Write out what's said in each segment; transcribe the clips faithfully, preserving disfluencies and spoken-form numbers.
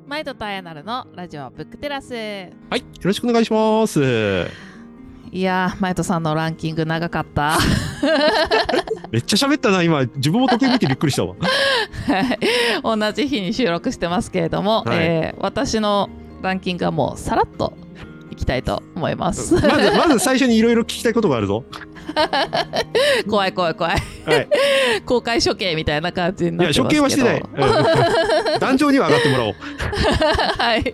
マイトとあやなるのラジオブックテラス。はい、 よろしくお願いします。 いやー、マイトさんのランキング長かっためっちゃ喋ったな。今自分も時計見てびっくりしたわ同じ日に収録してますけれども、はい、えー、私のランキングはもうさらっといきたいと思いますまずまず最初にいろいろ聞きたいことがあるぞ怖い怖い怖い、はい、公開処刑みたいな感じになってますけど。いや、処刑はしてない、壇上には上がってもらおうはい、はい、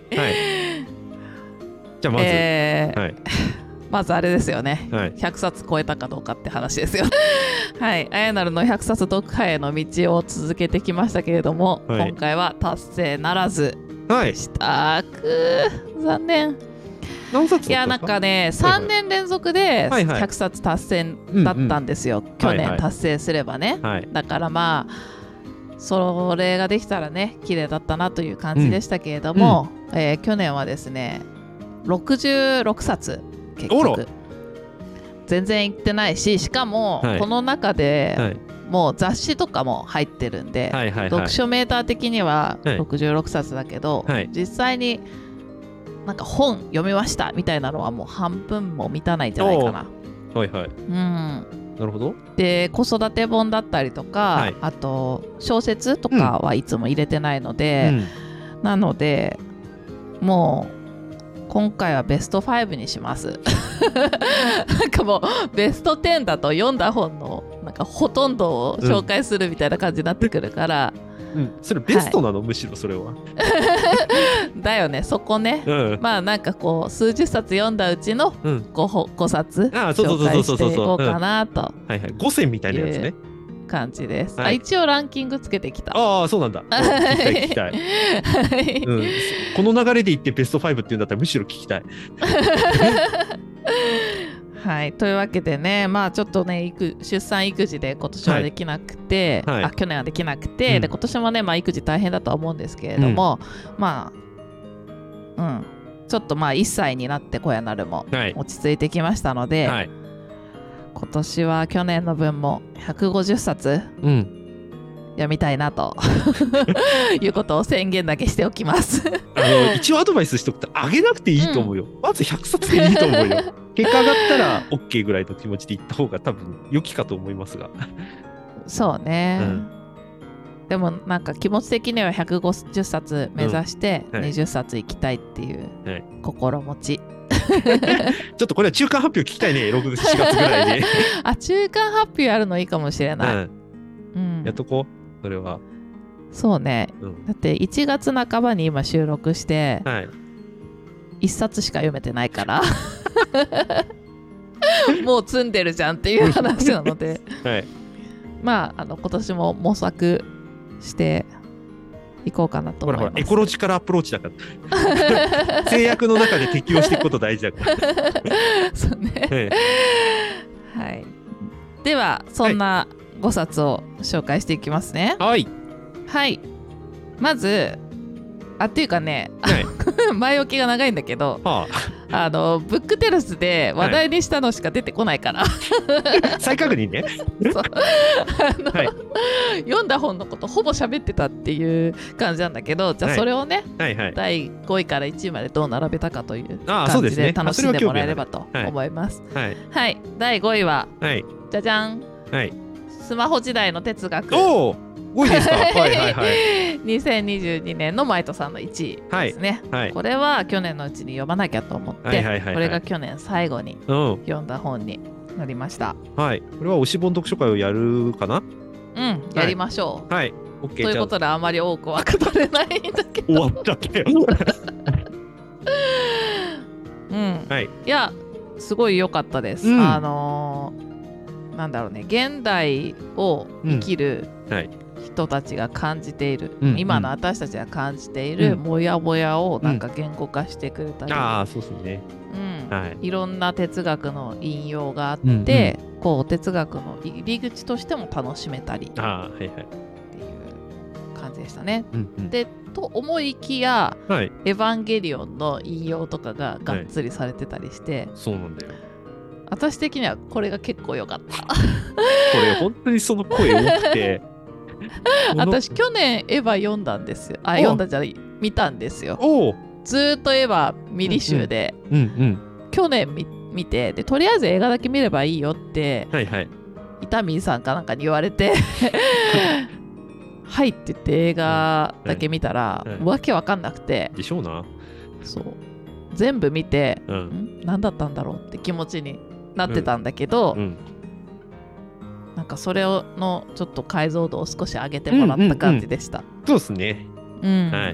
じゃあまず、 えーはいまずあれですよね、 はい、 ひゃくさつ超えたかどうかって話ですよはい、あやなるのひゃくさつ読破への道を続けてきましたけれども、はい、今回は達成ならずでした、はい、くー残念。 何冊だったんですか？ いや、なんかね、さんねん連続でひゃくさつ達成だったんですよ、はいはい、去年達成すればね、はいはい、だからまあそれができたらね綺麗だったなという感じでしたけれども、うんえー、去年はですねろくじゅうろくさつ結局全然行ってないし、しかもこの中でもう雑誌とかも入ってるんで、はいはいはい、読書メーター的にはろくじゅうろくさつだけど、はい、実際になんか本読みましたみたいなのはもう半分も満たないんじゃないかな。 はいはい、 うん、なるほど。 で子育て本だったりとか、はい、あと小説とかはいつも入れてないので、うん、なのでもう今回はベストファイブにしますなんかもうベストテンだと読んだ本のなんかほとんどを紹介するみたいな感じになってくるから、 うんうん、それベストなの、はい、むしろそれはだよね、そこね、うん、まあなんかこう数十冊読んだうちの 5, 5冊紹介していこうかなと、 はいはい、ごせんみたいなやつね感じです、はい、あ一応ランキングつけてきた。 ああそうなんだ聞きたい聞きたい、はいうん、この流れでいってベストファイブっていうんだったらむしろ聞きたいはいというわけでね、まあちょっとね育出産育児で今年はできなくて、はい、あ去年はできなくて、うん、で今年もね、まあ、育児大変だとは思うんですけれども、うん、まあうんちょっとまあいっさいになって小屋なるも落ち着いてきましたので、はい、今年は去年の分もひゃくごじゅっさつ、うん、読みたいなということを宣言だけしておきますあの一応アドバイスしとくと上げなくていいと思うよ、うん、まずひゃくさつでいいと思うよ結果上がったら OK ぐらいの気持ちでいった方が多分良きかと思いますがそうね、うん、でもなんか気持ち的にはひゃくごじゅっさつ目指してにじゅっさつ行きたいっていう心持ち、はいはいちょっとこれは中間発表聞きたいねろく、しがつぐらいにあ中間発表やるのいいかもしれない、うんうん、やっとこうそれはそうね、うん、だっていちがつなかばに今収録して、はい、いっさつしか読めてないからもう積んでるじゃんっていう話なので、はい、まあ、あの今年も模索していこうかなと思います。 ほらほらエコロジカルアプローチだから制約の中で適応していくこと大事だからそうね、はい、ではそんなごさつを紹介していきますね。 はい、 はい、まずあっていうかね、はい、前置きが長いんだけど、はあ、あのブックテラスで話題にしたのしか出てこないから、はい、 再確認ねそうあの、はい、読んだ本のことほぼ喋ってたっていう感じなんだけど、じゃあそれをね、はいはいはい、だいごいからいちいまでどう並べたかという感じで楽しんでもらえればと思います。はい、はい、だいごいは、はい、じゃじゃん、はい、スマホ時代の哲学。 おー多いですかはいはいはいにせんにじゅうにねんのマイトさんのいちいですね、はいはい、これは去年のうちに読まなきゃと思って、はいはいはいはい、これが去年最後に読んだ本になりました、 うん、はいこれは推し本読書会をやるかな。 うんやりましょう。 はい、はい、OK ということであまり多くは語れないんだけど終わっちゃったようん、はい、いやすごい良かったです、うん、あのー、なんだろうね現代を生きる、うんはい人たちが感じている、うん、今の私たちが感じているモヤモヤをなんか言語化してくれたり、 うん、ああそうですね、 うんはい、いろんな哲学の引用があって、うんうん、こう哲学の入り口としても楽しめたりっていう感じでしたね、うんうん、でと思いきや、はい、エヴァンゲリオンの引用とかががっつりされてたりして、はい、 そうなんだよ。 私的にはこれが結構良かったこれ本当にその声多くて私去年エヴァ読んだんですよ。あ読んだじゃない見たんですよ。 おずーっとエヴァ未履修で、 うんうんうんうん、 去年見見てでとりあえず映画だけ見ればいいよって、 はいはい、 イタミンさんかなんかに言われてはいって言って映画だけ見たら、はいはい、わけわかんなくてでしょうな。 そう全部見て、 うん、 ん何だったんだろうって気持ちになってたんだけど、 うんうん、 なんかそれのちょっと解像度を少し上げてもらった感じでした。 うんうんうん、そうですね、 うん、 はい。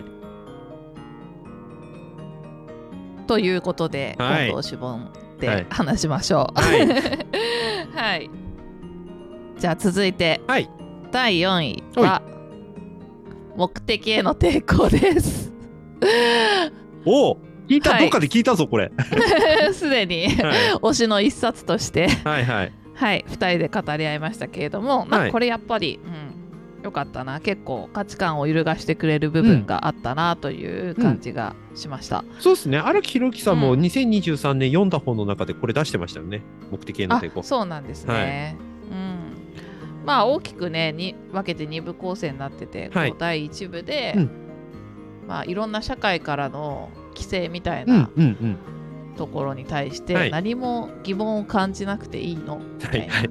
ということで、 はい、 今度しぼんで話しましょう。 はいはい、じゃあ続いて、 はい、 だいよんいは目的への抵抗ですお聞いた、はい、どっかで聞いたぞこれすでに、はい、推しの一冊としてはいはいはい、ふたりで語り合いましたけれども、まあ、これやっぱり、うん、よかったな、結構価値観を揺るがしてくれる部分があったなという感じがしました。 うん、そうですね。荒木宏樹さんもにせんにじゅうさんねん読んだ本の中でこれ出してましたよね。目的への抵抗。 そうなんですね。はい、うん、まあ大きくねに分けてに部構成になってて、はい、だいいち部で、うん、まあ、いろんな社会からの規制みたいな、うんうんうん、ところに対して何も疑問を感じなくていいのみたいな。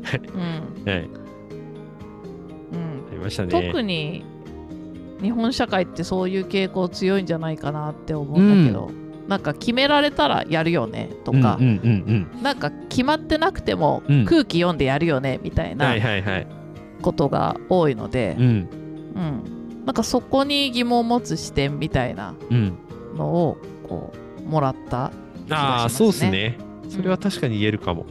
特に日本社会ってそういう傾向強いんじゃないかなって思うんだけど、うん、なんか決められたらやるよねとか、うんうんうんうん、なんか決まってなくても空気読んでやるよねみたいなことが多いので、うんうん、なんかそこに疑問を持つ視点みたいなのをこうもらった気がしますね。 ああ、そうですね。それは確かに言えるかも。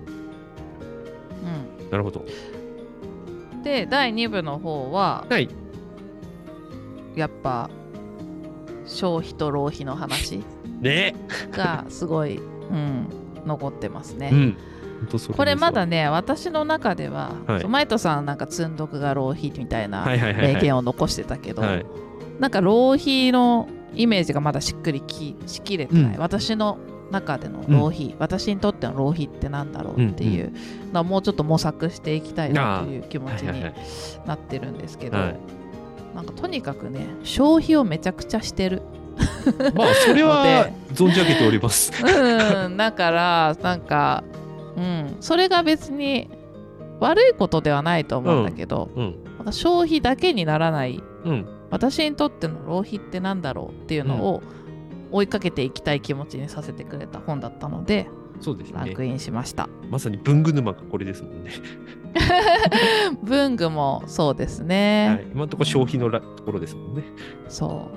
うん、なるほど。 でだいに部の方は、はい、やっぱ消費と浪費の話がすごい、うん、残ってますね。うん、これまだね私の中では、はい、マイトさんなんか積んどくが浪費みたいな名言を残してたけど、なんか浪費のイメージがまだしっくりきしきれてない、うん、私の中での浪費、うん、私にとっての浪費ってなんだろうっていうのをもうちょっと模索していきたいなという気持ちになってるんですけど、はいはいはい、なんかとにかくね消費をめちゃくちゃしてるまあそれは存じ上げておりますうん、だからなんか、うん、それが別に悪いことではないと思うんだけど、うんうん、消費だけにならない、うん、私にとっての浪費ってなんだろうっていうのを追いかけていきたい気持ちにさせてくれた本だったので、 そうですね、 ランクインしました。 まさに文具沼がこれですもんね文具もそうですね、 はい、今のところ消費のら、うん、ところですもんね。 そう、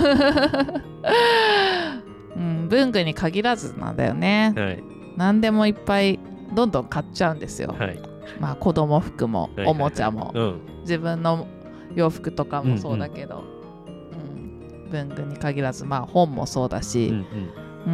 はいうん、文具に限らずなんだよね、はい、何でもいっぱいどんどん買っちゃうんですよ、はい、まあ子供服もおもちゃも、はいはいはい、うん、自分の洋服とかもそうだけど、うんうん、文具に限らず、まあ、本もそうだし、うんうんうん、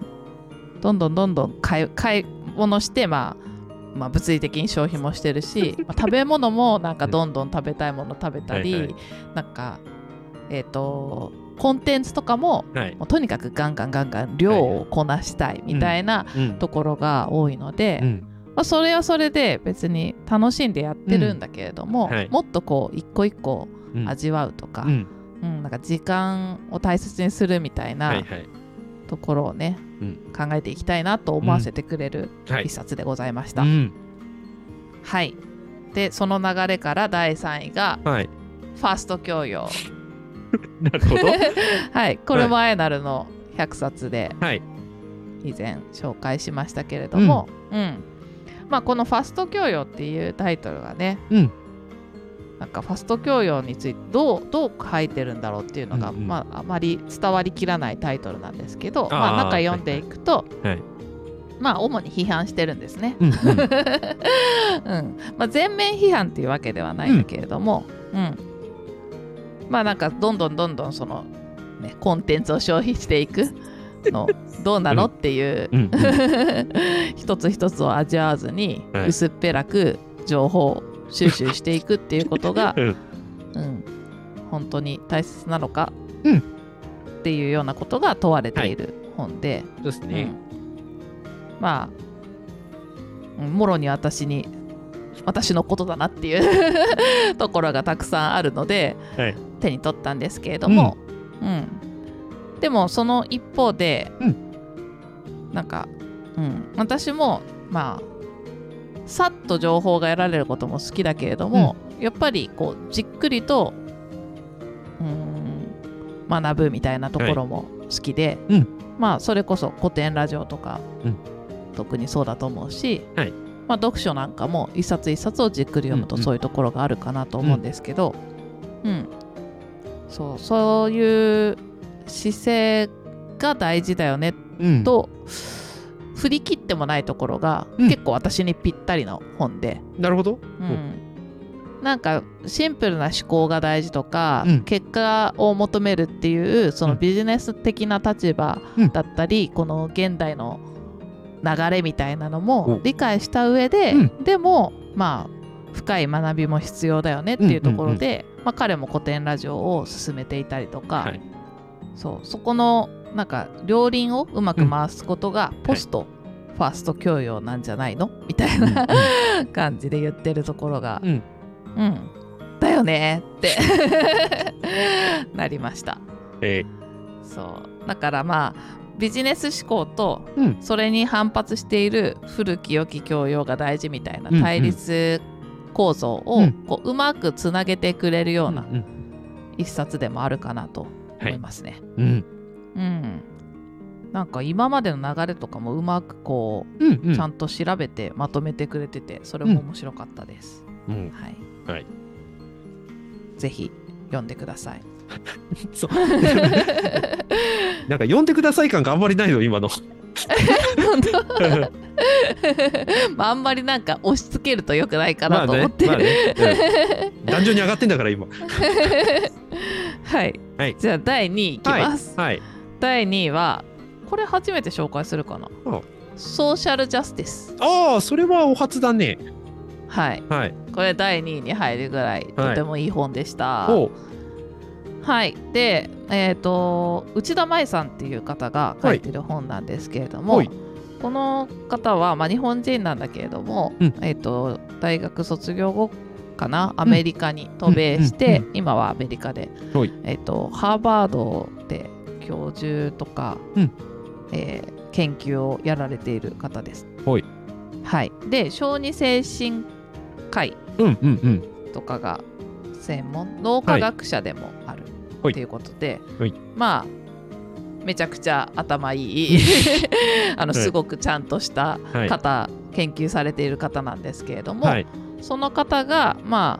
どんどんどんどん買い、買い物して、まあまあ、物理的に消費もしてるし、まあ、食べ物もなんかどんどん食べたいもの食べたり、はいはい、なんかえっとコンテンツとかも、はい、もうとにかくガンガンガンガン量をこなしたいみたいなところが多いので、うんうんまあ、それはそれで別に楽しんでやってるんだけれども、うんはい、もっとこう一個一個味わうとか、うんうん、なんか時間を大切にするみたいなところをね、はいはい、考えていきたいなと思わせてくれる一冊でございました。うん、はい、でその流れからだいさんいが、はい、ファースト教養なるほどはい、これもあえなるのひゃくさつで以前紹介しましたけれども、うんうんまあ、このファスト教養っていうタイトルがね、うん、なんかファスト教養についてどう、どう書いてるんだろうっていうのが、うんうんまあ、あまり伝わりきらないタイトルなんですけど、あ、まあ、中読んでいくと、はいはい、まあ主に批判してるんですね、うんうんうんまあ、全面批判っていうわけではないんだけれども、うんうん、まあなんかどんどんどんどんその、ね、コンテンツを消費していくのどうなのっていう、うんうん、一つ一つを味わわずに、はい、薄っぺらく情報を収集していくっていうことが、うんうん、本当に大切なのか、うん、っていうようなことが問われている本で、 はい、そうですね、うん、 まあもろに私に私のことだなっていうところがたくさんあるので、はい、手に取ったんですけれども、 うん、でもその一方で、うん、なんか、うん、私もまあさっと情報が得られることも好きだけれども、うん、やっぱりこうじっくりとうーん学ぶみたいなところも好きで、はい、うん、まあそれこそ古典ラジオとか、うん、特にそうだと思うし、はい、まあ、読書なんかも一冊一冊をじっくり読むとそういうところがあるかなと思うんですけど、うん、うん、そう、そういう姿勢が大事だよねと、うん、振り切ってもないところが、うん、結構私にぴったりの本で。 なるほど、 うん、なんかシンプルな思考が大事とか、うん、結果を求めるっていうそのビジネス的な立場だったり、うん、この現代の流れみたいなのも理解した上で、うん、でもまあ深い学びも必要だよねっていうところで、うんうんうん、まあ、彼も古典ラジオを進めていたりとか、はい、そうそこのなんか両輪をうまく回すことがポスト、はい、ファースト教養なんじゃないのみたいな、うん、感じで言ってるところが、うん、うん、だよねってなりました、えー、そうだからまあビジネス思考とそれに反発している古き良き教養が大事みたいな対立構造をこううまくつなげてくれるような一冊でもあるかなと思いますね、はい、うんうん、なんか今までの流れとかもうまくこう、うんうん、ちゃんと調べてまとめてくれててそれも面白かったです、うんうん、はい、はい、ぜひ読んでくださいそうなんか読んでください感があんまりないの今の本当まあ、あんまりなんか押し付けるとよくないかなと思って、まあねまあね、うん、壇上に上がってんだから今はい、はい、じゃあだいにいいきます、はいはい、だいにいはこれ初めて紹介するかな、ああソーシャルジャスティス。 ああそれはお初だね。 はい、はい、これだいにいに入るぐらいとてもいい本でした、はい、はい、で、えーと、内田舞さんっていう方が書いてる本なんですけれども、はい、この方は、まあ、日本人なんだけれども、うん、えーと、大学卒業後かなアメリカに渡米して、うんうんうん、今はアメリカで、えーと、ハーバードで教授とか、うん、えー、研究をやられている方です。はい、はい、で小児精神科医とかが専門、脳科学者でもあるっていうことで、はい、まあめちゃくちゃ頭いいあのすごくちゃんとした方、はい、研究されている方なんですけれども、はい、その方がま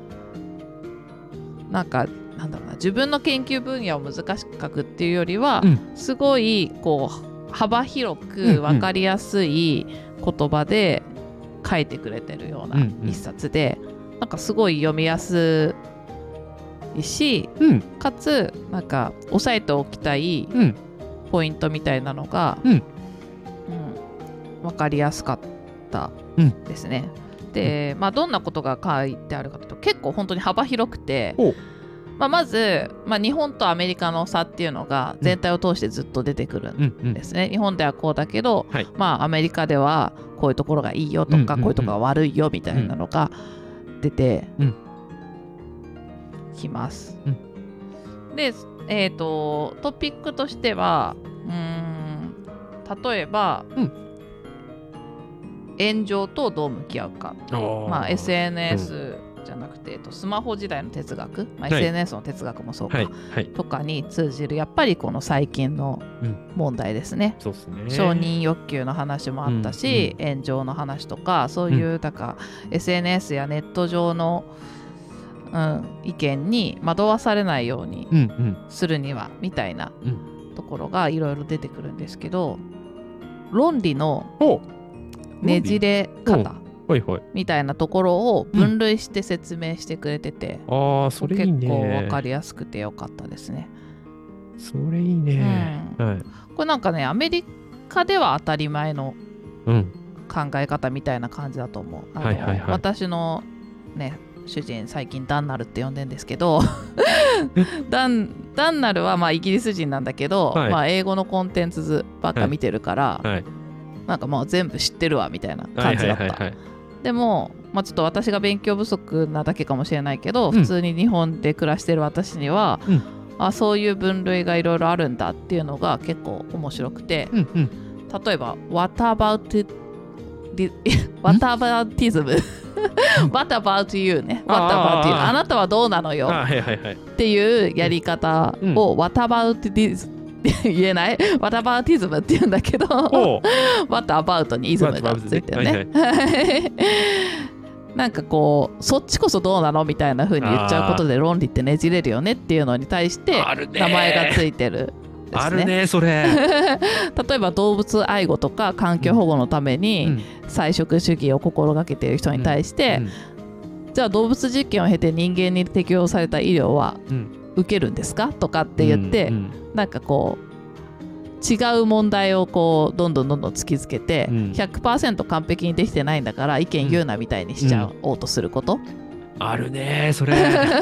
あなんかなんだろうな自分の研究分野を難しく書くっていうよりは、うん、すごいこう幅広く分かりやすい言葉で書いてくれてるような一冊で、うんうん、なんかすごい読みやすいし、うん、かつなんか押さえておきたいポイントみたいなのが、うんうん、分かりやすかったですね、うん、で、まあ、どんなことが書いてあるかというと結構本当に幅広くて、まあ、まず、まあ、日本とアメリカの差っていうのが全体を通してずっと出てくるんですね、うんうん、日本ではこうだけど、はい、まあ、アメリカではこういうところがいいよとか、うんうんうん、こういうところが悪いよみたいなのが出てきます、うん、で、えーと、トピックとしてはうーん例えば、うん、炎上とどう向き合うか、まあ、エスエヌエス、うんじゃなくて、えっと、スマホ時代の哲学、まあ、はい、エスエヌエス の哲学もそうか、はいはい、とかに通じるやっぱりこの最近の問題ですね、うん、そうですね、承認欲求の話もあったし、うんうん、炎上の話とかそういう、うん、だから エスエヌエス やネット上の、うん、意見に惑わされないようにするには、うんうん、みたいなところがいろいろ出てくるんですけど、論理のねじれ方はいはい、みたいなところを分類して説明してくれてて、うん、あそれいいね、結構分かりやすくてよかったですね。 それいいね、うんはい、 これなんかねアメリカでは当たり前の考え方みたいな感じだと思う、うんあのはいはいはい、私のね主人最近ダンナルって呼んでんですけどダン、ダンナルはまあイギリス人なんだけど、はいまあ、英語のコンテンツばっか見てるから、はいはい、なんかもう全部知ってるわみたいな感じだった、はいはいはいはい、でも、まあ、ちょっと私が勉強不足なだけかもしれないけど、うん、普通に日本で暮らしてる私には、うん、 あそういう分類がいろいろあるんだっていうのが結構面白くて、うんうん、例えば What about What aboutism What about you ね What about you あなたはどうなのよっていうやり方を What about this 言えない What aboutism って言うんだけどWhat about にイズムがついてるねなんかこうそっちこそどうなのみたいな風に言っちゃうことで論理ってねじれるよねっていうのに対して名前がついてるですね。 あるねそれ例えば動物愛護とか環境保護のために菜食主義を心がけている人に対して、うんうん、じゃあ動物実験を経て人間に適用された医療は受けるんですかとかって言って、うんうん、なんかこう違う問題をこうどんどんどんどん突きつけて、うん、ひゃくパーセント 完璧にできてないんだから意見言うなみたいにしちゃおうとすること、うんうん、 あるねそれ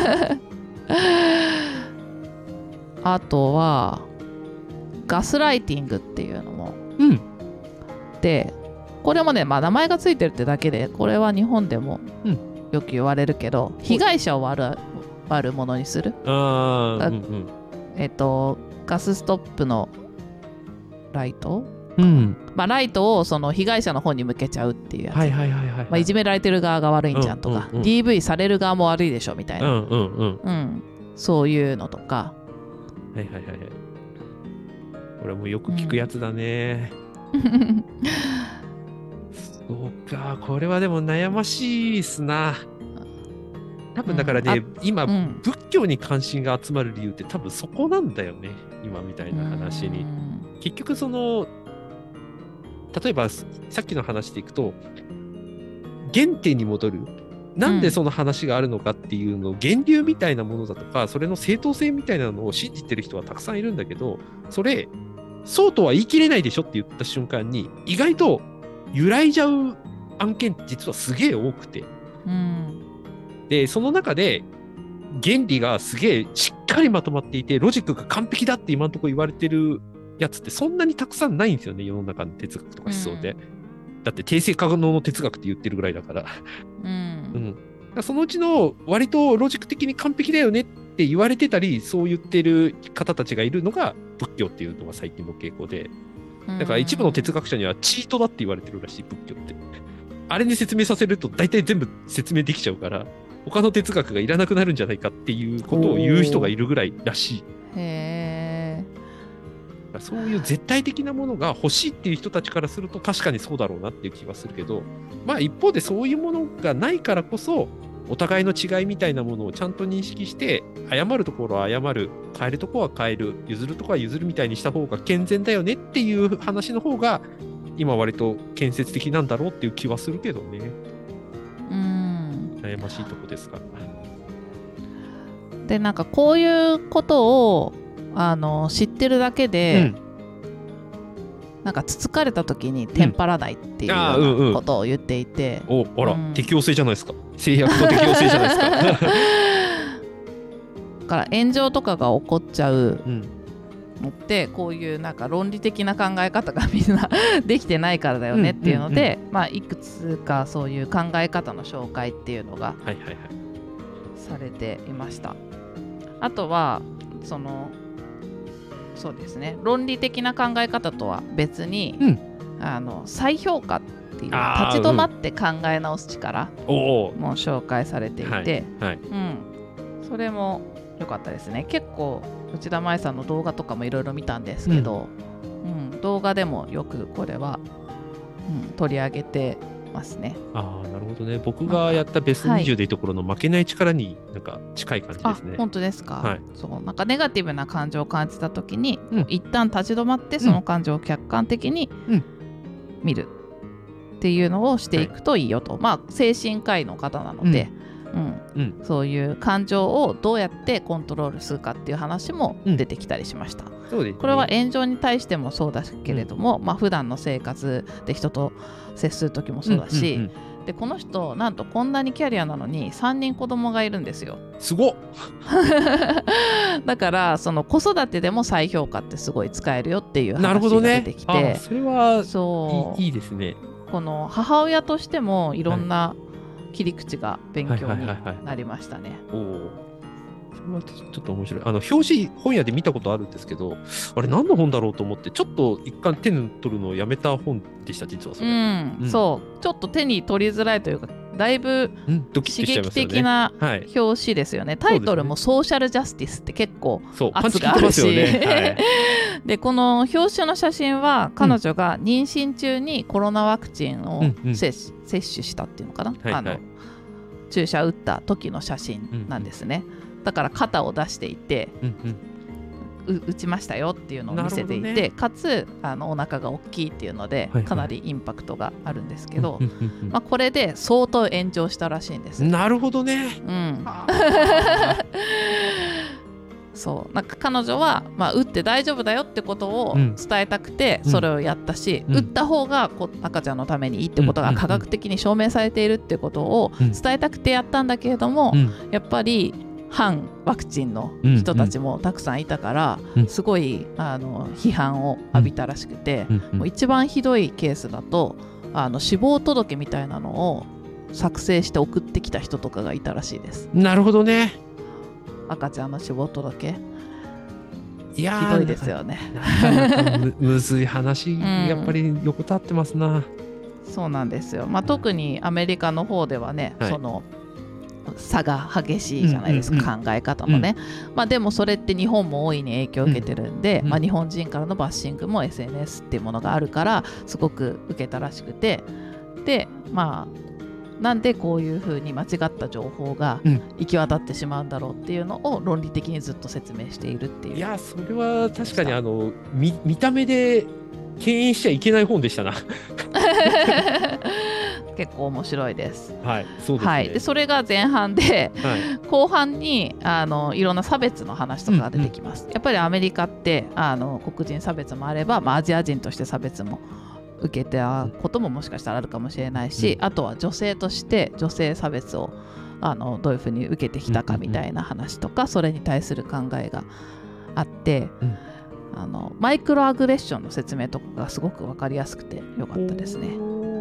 あとはガスライティングっていうのも、うん、でこれもね、まあ、名前がついてるってだけでこれは日本でもよく言われるけど、うん、被害者を悪悪者にするあ、うんうん、えっとガスストップのライト、うんまあ、ライトをその被害者の方に向けちゃうっていうやつ、はいはいはいはいはいまあ、いじめられてる側が悪いんじゃんとか、うんうんうん、ディーブイ される側も悪いでしょみたいな、うんうんうんうん、そういうのとかはいはいはいはいこれもよく聞くやつだね、うん、そうかこれはでも悩ましいっすな多分だからね、うん、今、うん、仏教に関心が集まる理由って多分そこなんだよね今みたいな話に結局その例えばさっきの話でいくと原点に戻るなんでその話があるのかっていうのを源流みたいなものだとかそれの正当性みたいなのを信じてる人はたくさんいるんだけどそれそうとは言い切れないでしょって言った瞬間に意外と揺らいじゃう案件実はすげえ多くて、うん、でその中で原理がすげえしっかりまとまっていてロジックが完璧だって今のところ言われてるやつってそんなにたくさんないんですよね世の中の哲学とか思想で、うん、だって定性可能の哲学って言ってるぐらいだから、うんうん、だからそのうちの割とロジック的に完璧だよねって言われてたりそう言ってる方たちがいるのが仏教っていうのが最近の傾向でだから一部の哲学者にはチートだって言われてるらしい仏教ってあれに説明させると大体全部説明できちゃうから他の哲学がいらなくなるんじゃないかっていうことを言う人がいるぐらいらしい。へー。そういう絶対的なものが欲しいっていう人たちからすると確かにそうだろうなっていう気はするけど、まあ一方でそういうものがないからこそお互いの違いみたいなものをちゃんと認識して謝るところは謝る、変えるところは変える、譲るところは譲るみたいにした方が健全だよねっていう話の方が今割と建設的なんだろうっていう気はするけどね。悩ましいとこですか。 でなんかこういうことをあの知ってるだけで、うん、なんかつつかれた時にテンパらないっていうようなことを言っていて、 うんうんうん、おあら、うん、適応性じゃないですか。制約の適応性じゃないですか。 だから炎上とかが起こっちゃうのって、うん、こういうなんか論理的な考え方がみんなできてないからだよねっていうので、うんうんうん、まあいくつかそういう考え方の紹介っていうのがされていました。あとはそのそうですね論理的な考え方とは別に、うん、あの再評価っていう立ち止まって考え直す力も紹介されていて、はいはいうん、それも良かったですね。結構内田舞さんの動画とかもいろいろ見たんですけど、うんうん、動画でもよくこれは、うん、取り上げてますね。 ああなるほどね。僕がやったベストにじゅうでいうところの負けない力になんか近い感じですね。 あ本当ですか、はい、そうなんかネガティブな感情を感じた時に、うん、一旦立ち止まってその感情を客観的に見るっていうのをしていくといいよと、はい、まあ精神科医の方なので、うんうん、そういう感情をどうやってコントロールするかっていう話も出てきたりしました、うんそうですね、これは炎上に対してもそうだけれども、うんまあ普段の生活で人と接する時もそうだし、うんうんうん、でこの人なんとこんなにキャリアなのにさんにん子供がいるんですよ。 すごっだからその子育てでも再評価ってすごい使えるよっていう話が出てきて、ね、 それはそういい、いいですね。 この母親としてもいろんな切り口が勉強になりましたね。はいはいはいはい、おはちょっと面白い。あの表紙本屋で見たことあるんですけど、あれ何の本だろうと思ってちょっと一貫手に取るのをやめた本でした。実はそれ、 うんうん、そうちょっと手に取りづらいというかだいぶ刺激的な表紙ですよね。タイトルもソーシャルジャスティスって結構圧があるし、ねはい、でこの表紙の写真は彼女が妊娠中にコロナワクチンを接、うんうん、接種したっていうのかな、はいはい、あの注射打った時の写真なんですね、うんうん、だから肩を出していて、うんうん、打ちましたよっていうのを見せていて、ね、かつあのお腹が大きいっていうので、はいはい、かなりインパクトがあるんですけど、まあ、これで相当炎上したらしいんです。 なるほどね、 うん、そうなんか彼女は、まあ、打って大丈夫だよってことを伝えたくてそれをやったし、うん、打った方がこ赤ちゃんのためにいいってことが科学的に証明されているってことを伝えたくてやったんだけれども、うん、やっぱり反ワクチンの人たちもたくさんいたから、うん、すごいあの批判を浴びたらしくて、うん、もう一番ひどいケースだとあの死亡届みたいなのを作成して送ってきた人とかがいたらしいです。 なるほどね。 赤ちゃんの死亡届いやひどいですよね。 なかなか む, むずい話、うん、やっぱり横たってますな。 そうなんですよ、まあ、特にアメリカの方ではね、はい、その差が激しいじゃないですか、うんうんうん、考え方のね、うんまあ、でもそれって日本も大いに影響を受けてるんで、うんまあ、日本人からのバッシングも エスエヌエス っていうものがあるからすごく受けたらしくて、でまあなんでこういうふうに間違った情報が行き渡ってしまうんだろうっていうのを論理的にずっと説明しているっていう。 いやそれは確かにあの 見, 見た目で敬遠しちゃいけない本でしたな結構面白いです。 はい、そうですね。はい、 でそれが前半で、はい、後半にあのいろんな差別の話とかが出てきます。うんうん、やっぱりアメリカってあの黒人差別もあれば、まあ、アジア人として差別も受けたことももしかしたらあるかもしれないし、うん、あとは女性として女性差別をあのどういうふうに受けてきたかみたいな話とか、それに対する考えがあって、うん、あのマイクロアグレッションの説明とかがすごく分かりやすくてよかったですね。うん、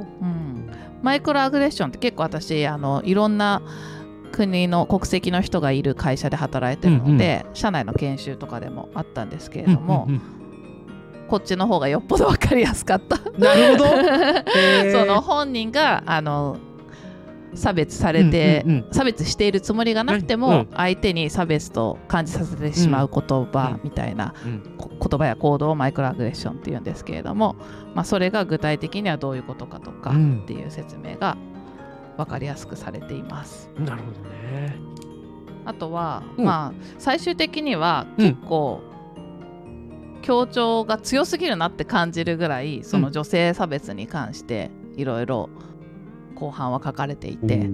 マイクロアグレッションって結構私あのいろんな国の国籍の人がいる会社で働いてるので、うんうん、社内の研修とかでもあったんですけれども、うんうんうん、こっちの方がよっぽど分かりやすかった。 なるほどその本人があの差別されて、うんうんうん、差別しているつもりがなくても、うん、相手に差別と感じさせてしまう言葉みたいな、うんうん、言葉や行動をマイクロアグレッションっていうんですけれども、まあ、それが具体的にはどういうことかとかっていう説明が分かりやすくされています。 なるほどね。 あとは、うん、まあ最終的には結構、うん、強調が強すぎるなって感じるぐらいその女性差別に関していろいろ後半は書かれていて、うん、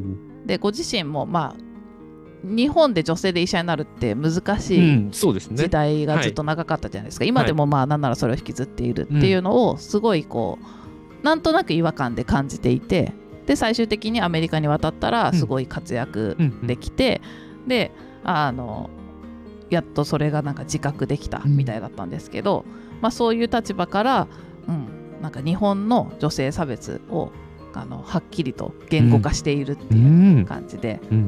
でご自身もまあ日本で女性で医者になるって難しい時代がずっと長かったじゃないですか、うん、そうですね、はい、今でもまあなんならそれを引きずっているっていうのをすごいこうなんとなく違和感で感じていて、で最終的にアメリカに渡ったらすごい活躍できて、うん、であのやっとそれがなんか自覚できたみたいだったんですけど、うんまあ、そういう立場から、うん、なんか日本の女性差別をあのはっきりと言語化しているっていう感じで、うんうん、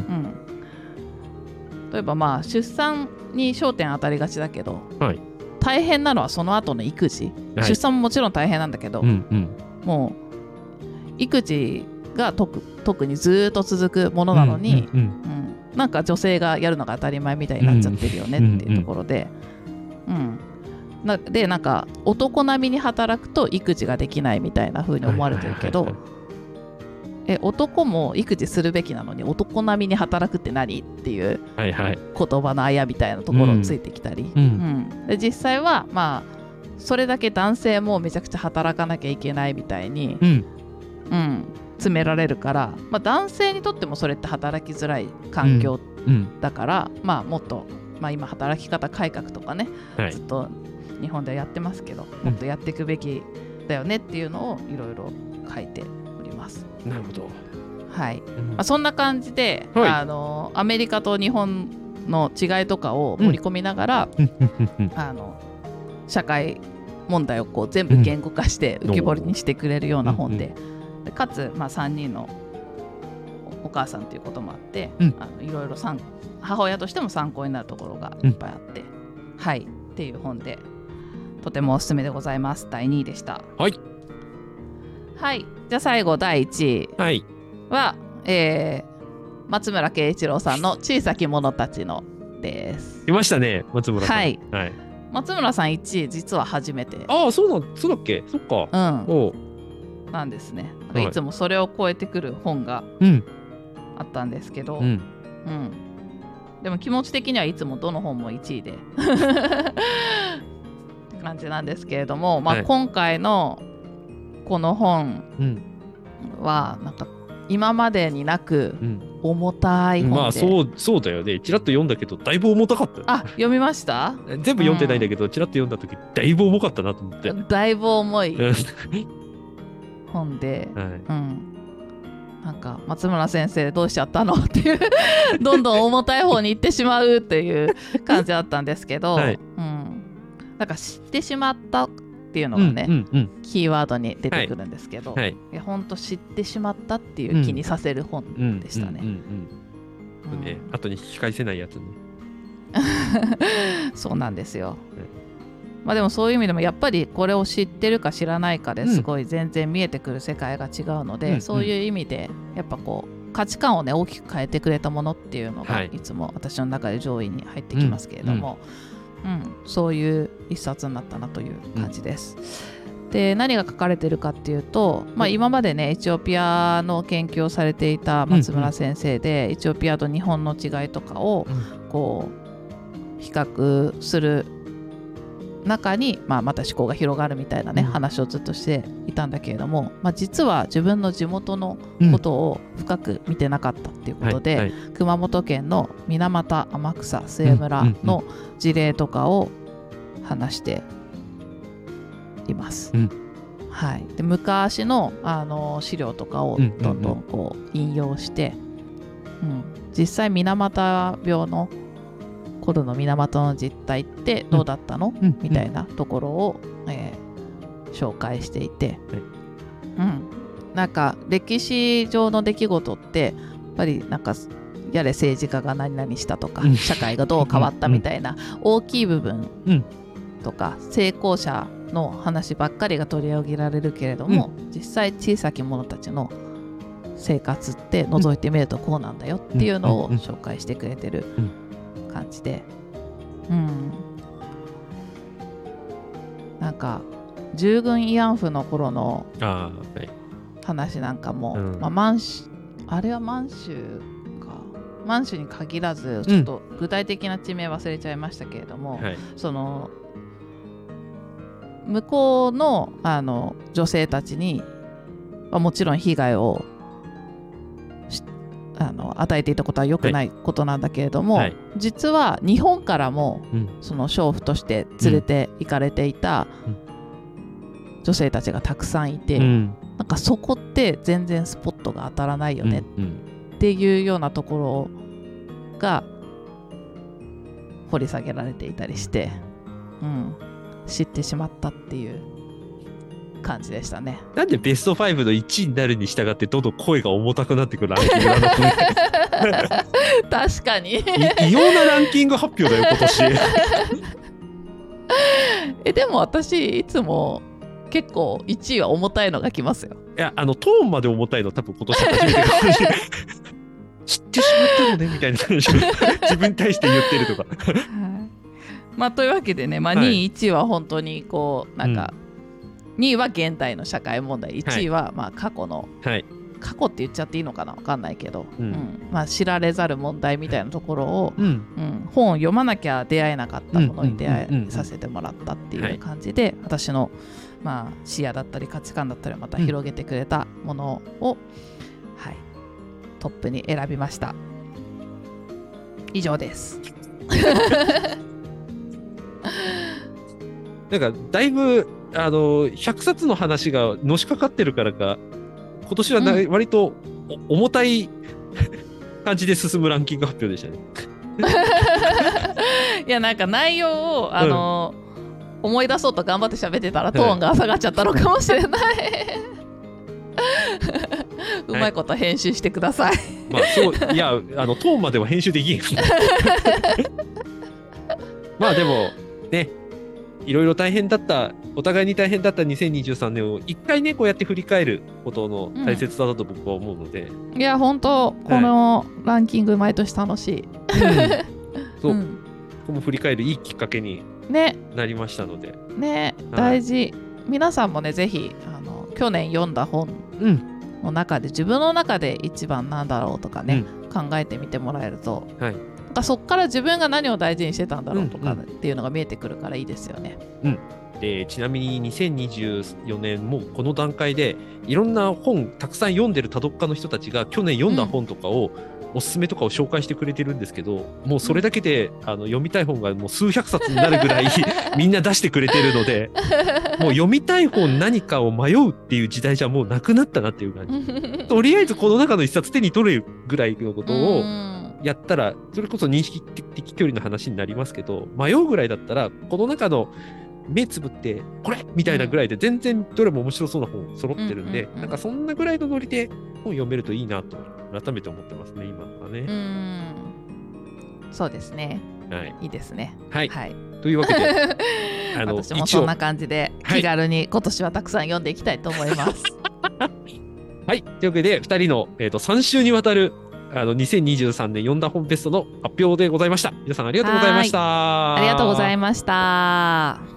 例えばまあ出産に焦点当たりがちだけど、はい、大変なのはその後の育児、はい、出産ももちろん大変なんだけど、うんうん、もう育児が特、特にずっと続くものなのに、うんうんうん、なんか女性がやるのが当たり前みたいになっちゃってるよねっていうところで、うんうんうんなでなんか男並みに働くと育児ができないみたいな風に思われてるけど、はいはいはいはい、え男も育児するべきなのに男並みに働くって何っていう言葉のあやみたいなところをついてきたり、うんうん、で実際はまあそれだけ男性もめちゃくちゃ働かなきゃいけないみたいに、うんうん、詰められるから、まあ、男性にとってもそれって働きづらい環境だから、うんうん、まあもっと、まあ、今働き方改革とかね、はい、ずっと日本ではやってますけど、もっとやっていくべきだよねっていうのをいろいろ書いております。 なるほど。 はい。うんまあ、そんな感じで、はい、あのアメリカと日本の違いとかを盛り込みながら、うん、あの社会問題をこう全部言語化して浮き彫りにしてくれるような本で、うん、かつ、まあ、さんにんのお母さんということもあって、 うん、 あのいろいろ母親としても参考になるところがいっぱいあって、うん、はいっていう本でとてもおすすめでございます。だいにいでした。 はい、 はい、じゃあ最後だいいちいは、はいえー、松村慶一郎さんの小さき者たちのです。 いましたね、松村さん。 はい、はい、松村さんいちい実は初めて。 ああ、そうなん、そうだっけ、そっか。 うん。おなんですね。いつもそれを超えてくる本があったんですけど、うんうん、でも気持ち的にはいつもどの本もいちいでって感じなんですけれども、まあ、今回のこの本はなんか今までになく重たい本で、うん、 まあそうそうだよね。ちらっと読んだけどだいぶ重たかった。 あ、読みました？ 全部読んでないんだけど、ちらっと読んだ時だいぶ重かったなと思って。 だいぶ重い本で、はい、うん、なんか松村先生どうしちゃったのっていうどんどん重たい方に行ってしまうっていう感じだったんですけど、はい、うん、なんか知ってしまったっていうのがね、うんうんうん、キーワードに出てくるんですけど、はい、いや本当知ってしまったっていう気にさせる本でしたね。 後に引き返せないやつねそうなんですよ、まあ、でもそういう意味でもやっぱりこれを知ってるか知らないかですごい全然見えてくる世界が違うので、うん、そういう意味でやっぱこう価値観をね大きく変えてくれたものっていうのがいつも私の中で上位に入ってきますけれども、うんうんうん、そういう一冊になったなという感じです、うん、で何が書かれてるかっていうと、まあ、今までねエチオピアの研究をされていた松村先生で、うんうん、エチオピアと日本の違いとかをこう比較する中に、まあ、また思考が広がるみたいなね、うん、話をずっとしていたんだけれども、まあ、実は自分の地元のことを深く見てなかったっていうことで、うんはいはい、熊本県の水俣天草末村の事例とかを話しています、うんはい、で昔 の, あの資料とかをどんどんこう引用して、うん、実際水俣病の頃の水俣の実態ってどうだったの、うん、みたいなところを、えー、紹介していて、はいうん、なんか歴史上の出来事ってやっぱりなんかやれ政治家が何々したとか、うん、社会がどう変わったみたいな大きい部分とか、うん、成功者の話ばっかりが取り上げられるけれども、うん、実際小さき者たちの生活って覗いてみるとこうなんだよっていうのを紹介してくれてる感じで、うん、なんか従軍慰安婦の頃の話なんかも、はいうんまあ、満州あれは満州か満州に限らずちょっと具体的な地名忘れちゃいましたけれども、うんはい、その向こう の, あの女性たちに、まあ、もちろん被害をあの与えていたことは良くないことなんだけれども、はい、実は日本からも、うん、その娼婦として連れて行かれていた女性たちがたくさんいて、うん、なんかそこって全然スポットが当たらないよねっていうようなところが掘り下げられていたりして、うん、知ってしまったっていう感じでしたね。 なんでベストごのいちいになるに従ってどんどん声が重たくなってくるランキングなのか確かに異様なランキング発表だよ今年えでも私いつも結構いちいは重たいのがきますよ。 いやあのトーンまで重たいの多分今年初めてかもしれない知ってしまったのねみたいな自分に対して言ってるとかまあというわけでね、まあ、にい、いちいは本当にこうなんか、うんにいは現代の社会問題、いちいはまあ過去の、はい、過去って言っちゃっていいのかな分かんないけど、うんうんまあ、知られざる問題みたいなところを、うんうん、本を読まなきゃ出会えなかったものに出会えさせてもらったっていう感じで、私の、まあ、視野だったり価値観だったりをまた広げてくれたものを、うんはい、トップに選びました。以上ですなんかだいぶあのひゃくさつの話がのしかかってるからか今年はな、うん、割と重たい感じで進むランキング発表でしたねいやなんか内容をあの、うん、思い出そうと頑張って喋ってたらトーンが下がっちゃったのかもしれないうまいこと編集してください。 まあそういやあのトーンまでは編集できん。まあでもね、いろいろ大変だった、お互いに大変だったにせんにじゅうさんねんを一回ねこうやって振り返ることの大切さだと僕は思うので、 うん、いや本当このランキング毎年楽しい。うん、 そう、うん、ここも振り返るいいきっかけになりましたので、 ね、ね、大事。皆さんもねぜひあの去年読んだ本の中で、うん、自分の中で一番なんだろうとかね、うん、考えてみてもらえると、はい、そこから自分が何を大事にしてたんだろうとかっていうのが見えてくるからいいですよね。 うん、でちなみににせんにじゅうよねんもこの段階でいろんな本たくさん読んでる多読家の人たちが去年読んだ本とかを、うん、おすすめとかを紹介してくれてるんですけど、もうそれだけで、うん、あの読みたい本がもう数百冊になるぐらいみんな出してくれてるのでもう読みたい本何かを迷うっていう時代じゃもうなくなったなっていう感じ。とりあえずこの中の一冊手に取れるぐらいのことをやったら、それこそ認識的距離の話になりますけど、迷うぐらいだったらこの中の目つぶってこれみたいなぐらいで全然どれも面白そうな本揃ってるんで、うんうんうん、なんかそんなぐらいのノリで本読めるといいなと改めて思ってますね今はね。 うん、そうですね、はい、いいですね。 はい、はい、というわけであの私もそんな感じで気軽に今年はたくさん読んでいきたいと思います。 はい、というわけでふたりの、えーと、さん週にわたるあのにせんにじゅうさんねん読んだ本ベストの発表でございました。皆さんありがとうございました。 ありがとうございました。